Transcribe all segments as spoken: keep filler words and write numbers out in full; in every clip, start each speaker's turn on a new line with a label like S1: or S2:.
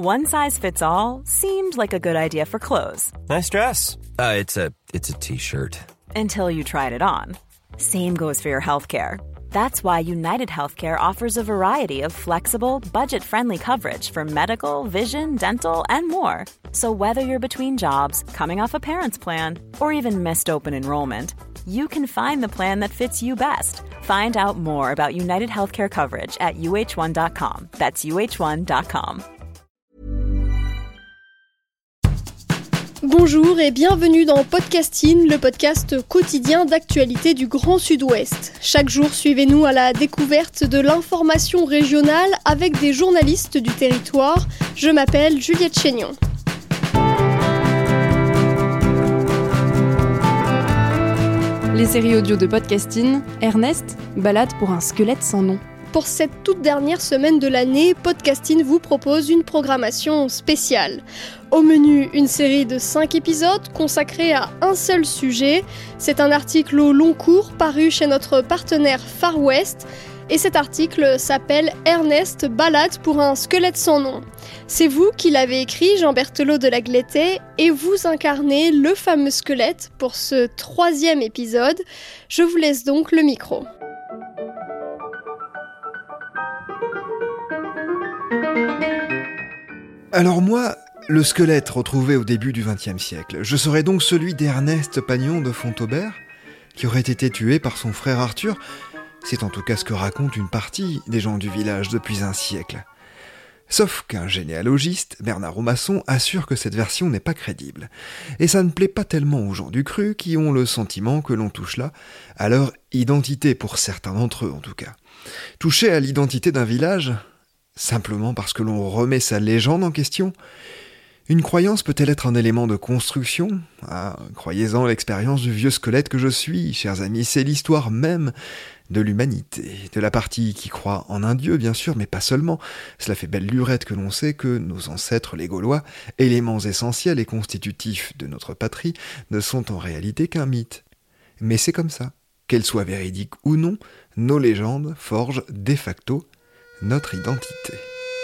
S1: One size fits all seemed like a good idea for clothes.
S2: Nice dress. Uh, it's a it's a t-shirt.
S1: Until you tried it on. Same goes for your healthcare. That's why United Healthcare offers a variety of flexible, budget-friendly coverage for medical, vision, dental, and more. So whether you're between jobs, coming off a parent's plan, or even missed open enrollment, you can find the plan that fits you best. Find out more about United Healthcare coverage at U H one dot com. That's U H one dot com.
S3: Bonjour et bienvenue dans Podcasting, le podcast quotidien d'actualité du Grand Sud-Ouest. Chaque jour, suivez-nous à la découverte de l'information régionale avec des journalistes du territoire. Je m'appelle Juliette Chénion.
S4: Les séries audio de Podcasting, Ernest, balade pour un squelette sans nom.
S3: Pour cette toute dernière semaine de l'année, Podcasting vous propose une programmation spéciale. Au menu, une série de cinq épisodes consacrés à un seul sujet. C'est un article au long cours paru chez notre partenaire Far West. Et cet article s'appelle « Ernest, balade pour un squelette sans nom ». C'est vous qui l'avez écrit, Jean Berthelot de Lagleté, et vous incarnez le fameux squelette pour ce troisième épisode. Je vous laisse donc le micro.
S5: Alors moi, le squelette retrouvé au début du vingtième siècle, je serais donc celui d'Ernest Pagnon de Fontaubert, qui aurait été tué par son frère Arthur. C'est en tout cas ce que raconte une partie des gens du village depuis un siècle. Sauf qu'un généalogiste, Bernard Romasson, assure que cette version n'est pas crédible. Et ça ne plaît pas tellement aux gens du cru qui ont le sentiment que l'on touche là à leur identité, pour certains d'entre eux en tout cas. Toucher à l'identité d'un village, simplement parce que l'on remet sa légende en question ? Une croyance peut-elle être un élément de construction ? Ah, croyez-en l'expérience du vieux squelette que je suis, chers amis, c'est l'histoire même de l'humanité, de la partie qui croit en un dieu, bien sûr, mais pas seulement. Cela fait belle lurette que l'on sait que nos ancêtres, les Gaulois, éléments essentiels et constitutifs de notre patrie, ne sont en réalité qu'un mythe. Mais c'est comme ça. Qu'elles soient véridiques ou non, nos légendes forgent de facto notre identité.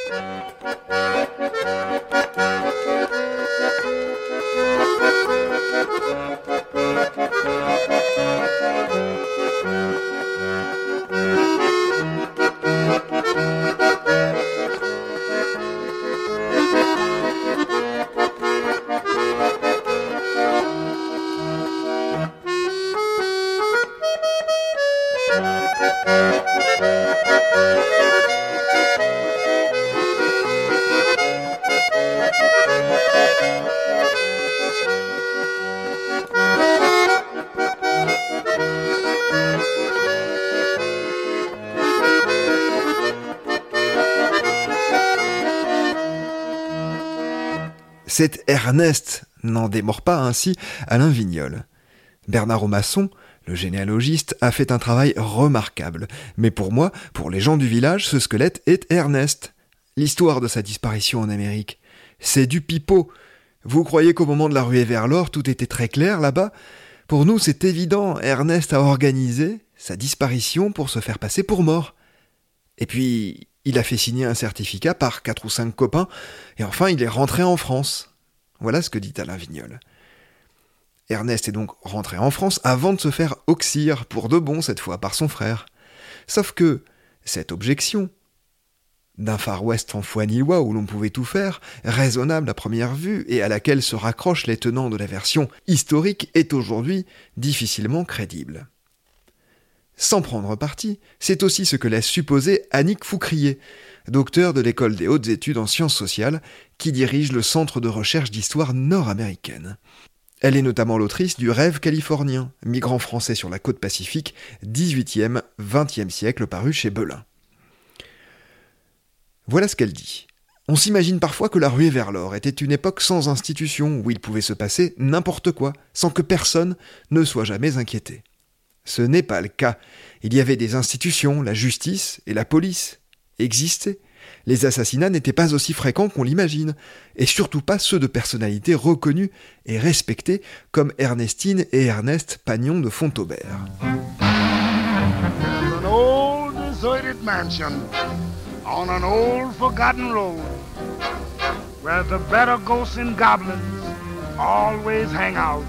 S5: Cet Ernest n'en démord pas ainsi Alain Vignol. Bernard Romasson, le généalogiste, a fait un travail remarquable. Mais pour moi, pour les gens du village, ce squelette est Ernest. L'histoire de sa disparition en Amérique, c'est du pipeau. Vous croyez qu'au moment de la ruée vers l'or, tout était très clair là-bas ? Pour nous, c'est évident, Ernest a organisé sa disparition pour se faire passer pour mort. Et puis, il a fait signer un certificat par quatre ou cinq copains, et enfin il est rentré en France. Voilà ce que dit Alain Vignol. Ernest est donc rentré en France avant de se faire oxyre, pour de bon cette fois, par son frère. Sauf que cette objection, d'un Far West en foi-ni-loi où l'on pouvait tout faire, raisonnable à première vue et à laquelle se raccrochent les tenants de la version historique, est aujourd'hui difficilement crédible. Sans prendre parti, c'est aussi ce que laisse supposer Annick Foucrier, docteur de l'École des hautes études en sciences sociales, qui dirige le Centre de recherche d'histoire nord-américaine. Elle est notamment l'autrice du Rêve californien, migrant français sur la côte pacifique, dix-huitième vingtième siècle, paru chez Belin. Voilà ce qu'elle dit. On s'imagine parfois que la ruée vers l'or était une époque sans institution, où il pouvait se passer n'importe quoi, sans que personne ne soit jamais inquiété. Ce n'est pas le cas. Il y avait des institutions, la justice et la police existaient. Les assassinats n'étaient pas aussi fréquents qu'on l'imagine, et surtout pas ceux de personnalités reconnues et respectées comme Ernestine et Ernest Pagnon de Fontaubert.
S6: An old deserted mansion on an old forgotten road. where the better ghosts and goblins always hang out.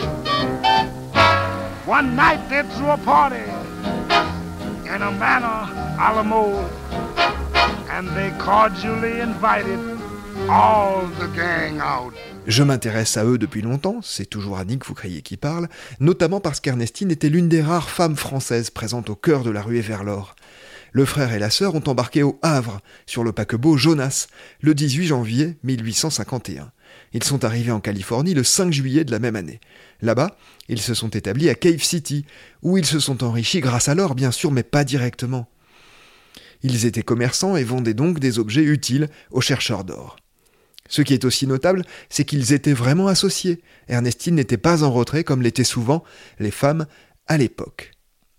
S6: One night they threw a party in a manor a la mode, and they cordially invited all the gang out.
S5: Je m'intéresse à eux depuis longtemps, c'est toujours Annick Foucrier qui parle, notamment parce qu'Ernestine était l'une des rares femmes françaises présentes au cœur de la ruée vers l'or. Le frère et la sœur ont embarqué au Havre, sur le paquebot Jonas, le dix-huit janvier mille huit cent cinquante et un. Ils sont arrivés en Californie le cinq juillet de la même année. Là-bas, ils se sont établis à Cave City, où ils se sont enrichis grâce à l'or, bien sûr, mais pas directement. Ils étaient commerçants et vendaient donc des objets utiles aux chercheurs d'or. Ce qui est aussi notable, c'est qu'ils étaient vraiment associés. Ernestine n'était pas en retrait comme l'étaient souvent les femmes à l'époque.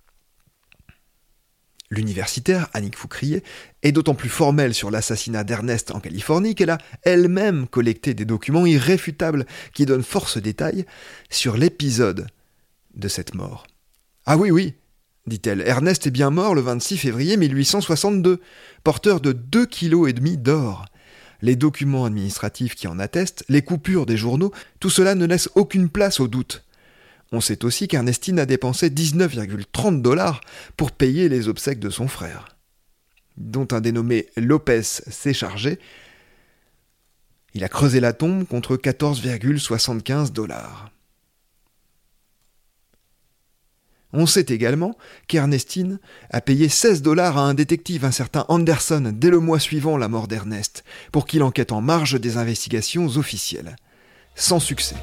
S5: L'universitaire Annick Foucrier est d'autant plus formelle sur l'assassinat d'Ernest en Californie qu'elle a elle-même collecté des documents irréfutables qui donnent force détails sur l'épisode de cette mort. « Ah oui, oui, dit-elle, Ernest est bien mort le vingt-six février mille huit cent soixante-deux, porteur de deux kilos et demi d'or. Les documents administratifs qui en attestent, les coupures des journaux, tout cela ne laisse aucune place au doute. On sait aussi qu'Ernestine a dépensé dix-neuf virgule trente dollars pour payer les obsèques de son frère, dont un dénommé Lopez s'est chargé. Il a creusé la tombe contre quatorze virgule soixante-quinze dollars. On sait également qu'Ernestine a payé seize dollars à un détective, un certain Anderson, dès le mois suivant la mort d'Ernest, pour qu'il enquête en marge des investigations officielles. Sans succès.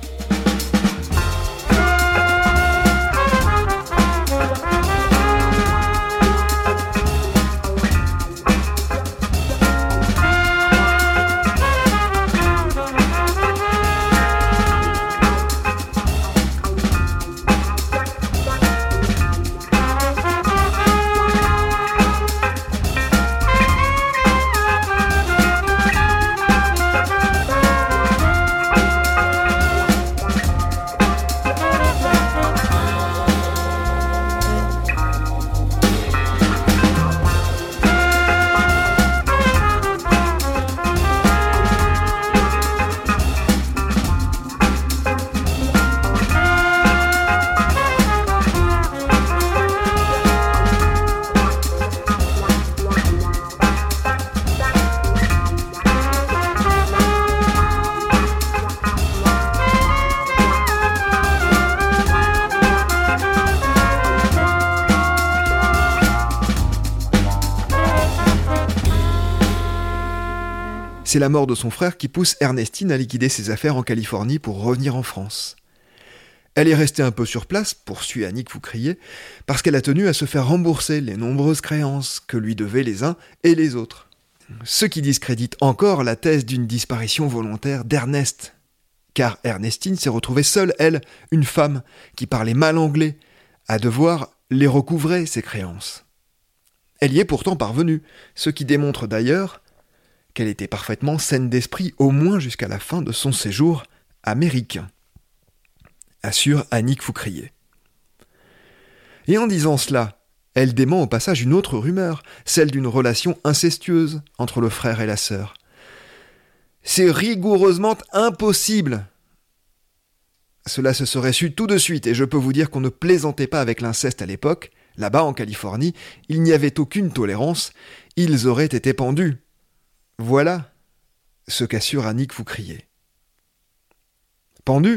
S5: C'est la mort de son frère qui pousse Ernestine à liquider ses affaires en Californie pour revenir en France. Elle est restée un peu sur place, poursuit Annick Foucrier, parce qu'elle a tenu à se faire rembourser les nombreuses créances que lui devaient les uns et les autres. Ce qui discrédite encore la thèse d'une disparition volontaire d'Ernest. Car Ernestine s'est retrouvée seule, elle, une femme qui parlait mal anglais, à devoir les recouvrer, ses créances. Elle y est pourtant parvenue, ce qui démontre d'ailleurs qu'elle était parfaitement saine d'esprit, au moins jusqu'à la fin de son séjour américain, assure Annick Foucrier. Et en disant cela, elle dément au passage une autre rumeur, celle d'une relation incestueuse entre le frère et la sœur. C'est rigoureusement impossible. Cela se serait su tout de suite, et je peux vous dire qu'on ne plaisantait pas avec l'inceste à l'époque. Là-bas, en Californie, il n'y avait aucune tolérance, ils auraient été pendus. Voilà ce qu'assure Annick Foucrier. Pendu ?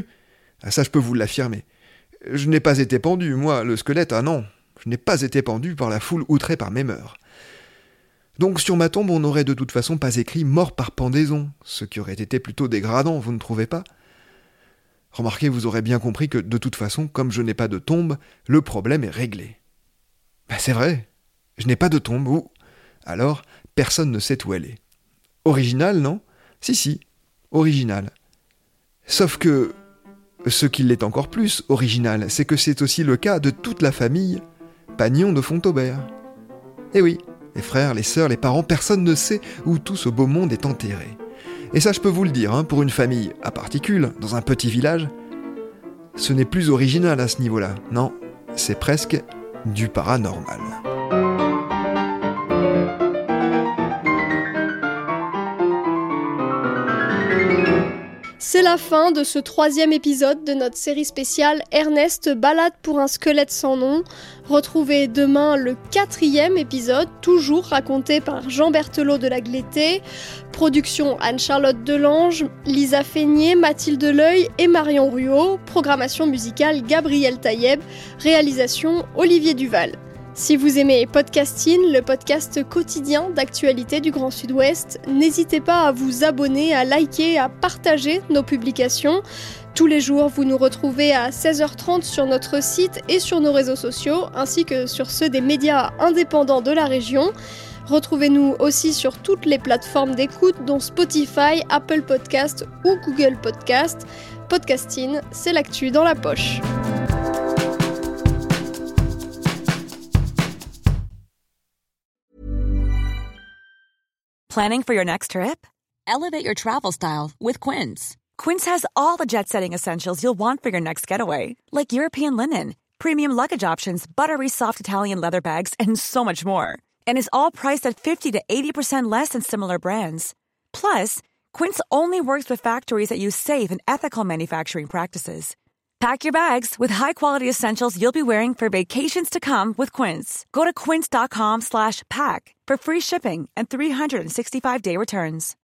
S5: Ah, ça je peux vous l'affirmer. Je n'ai pas été pendu, moi, le squelette, ah non. Je n'ai pas été pendu par la foule outrée par mes mœurs. Donc sur ma tombe, on n'aurait de toute façon pas écrit « mort par pendaison », ce qui aurait été plutôt dégradant, vous ne trouvez pas ? Remarquez, vous aurez bien compris que de toute façon, comme je n'ai pas de tombe, le problème est réglé. Ben c'est vrai, je n'ai pas de tombe, ou alors personne ne sait où elle est. Original, non ? Si, si, original. Sauf que, ce qui l'est encore plus original, c'est que c'est aussi le cas de toute la famille Pagnon de Fontaubert. Eh oui, les frères, les sœurs, les parents, personne ne sait où tout ce beau monde est enterré. Et ça, je peux vous le dire, hein, pour une famille à particules, dans un petit village, ce n'est plus original à ce niveau-là. Non, c'est presque du paranormal.
S3: C'est la fin de ce troisième épisode de notre série spéciale Ernest, balade pour un squelette sans nom. Retrouvez demain le quatrième épisode, toujours raconté par Jean Berthelot de La Glété. Production Anne-Charlotte Delange, Lisa Feignet, Mathilde L'Oeil et Marion Ruot. Programmation musicale Gabriel Taïeb. Réalisation Olivier Duval. Si vous aimez Podcasting, le podcast quotidien d'actualité du Grand Sud-Ouest, n'hésitez pas à vous abonner, à liker, à partager nos publications. Tous les jours, vous nous retrouvez à seize heures trente sur notre site et sur nos réseaux sociaux, ainsi que sur ceux des médias indépendants de la région. Retrouvez-nous aussi sur toutes les plateformes d'écoute, dont Spotify, Apple Podcast ou Google Podcast. Podcasting, c'est l'actu dans la poche.
S7: Planning for your next trip? Elevate your travel style with Quince. Quince has all the jet-setting essentials you'll want for your next getaway, like European linen, premium luggage options, buttery soft Italian leather bags, and so much more. And is all priced at fifty to eighty percent less than similar brands. Plus, Quince only works with factories that use safe and ethical manufacturing practices. Pack your bags with high-quality essentials you'll be wearing for vacations to come with Quince. Go to quince.com slash pack for free shipping and three sixty-five day returns.